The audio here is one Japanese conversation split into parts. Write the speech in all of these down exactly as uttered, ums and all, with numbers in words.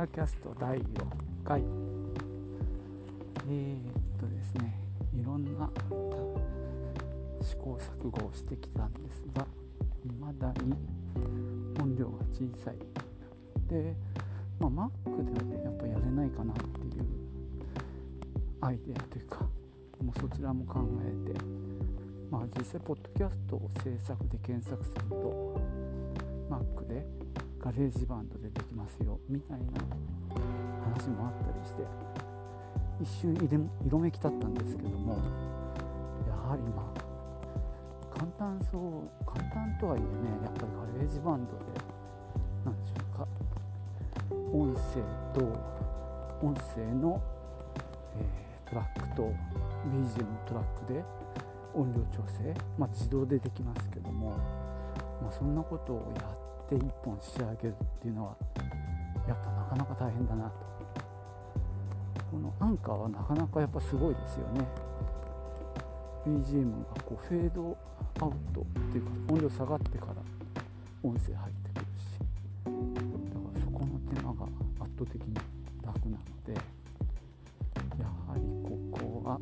アキャストだいよんかい。えー、っとですねいろんな試行錯誤をしてきたんですが、未だに音量が小さいで、まあ、Mac ではねやっぱやれないかなっていうアイデアというか、もうそちらも考えて、まあ、実際ポッドキャストを制作で検索すると Mac でガレージバンドでできますよみたいな話もあったりして、一瞬色めき立ったんですけども、やはりまあ簡単そう簡単とはいえね、やっぱりガレージバンドで何でしょうか、音声と音声の、えー、トラックと ビージーエム のトラックで音量調整、まあ、自動でできますけども、まあ、そんなことをやっていっぽん仕上げるっていうのはやっぱなかなか大変だなと。このアンカーはなかなかやっぱすごいですよね。 ビージーエム がこうフェードアウトっていうか音量下がってから音声入ってくるし、だからそこの手間が圧倒的に楽なので、やはりここは、うん、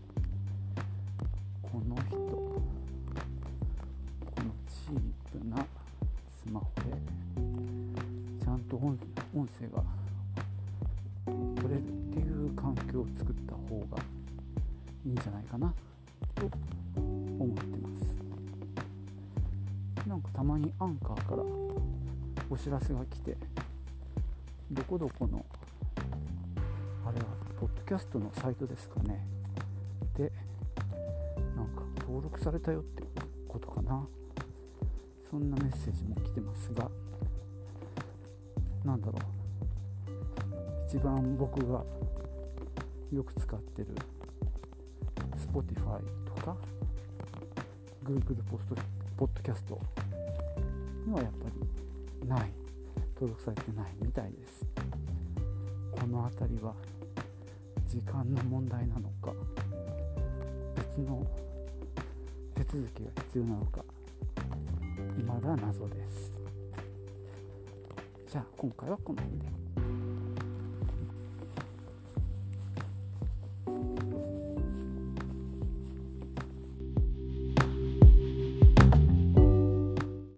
この人このチープなスマホでちゃんと 音, 音声が取れるっていう環境を作った方がいいんじゃないかなと思ってます。なんかたまにアンカーからお知らせが来て、どこどこのあれはポッドキャストのサイトですかねで、なんか登録されたよってことかな、そんなメッセージも来てますが、なんだろう、一番僕がよく使ってる Spotify とか Google ポストポッドキャストにはやっぱりない、登録されてないみたいです。このあたりは時間の問題なのか、別の手続きが必要なのか、未だ謎です。じゃあ今回はこの辺で。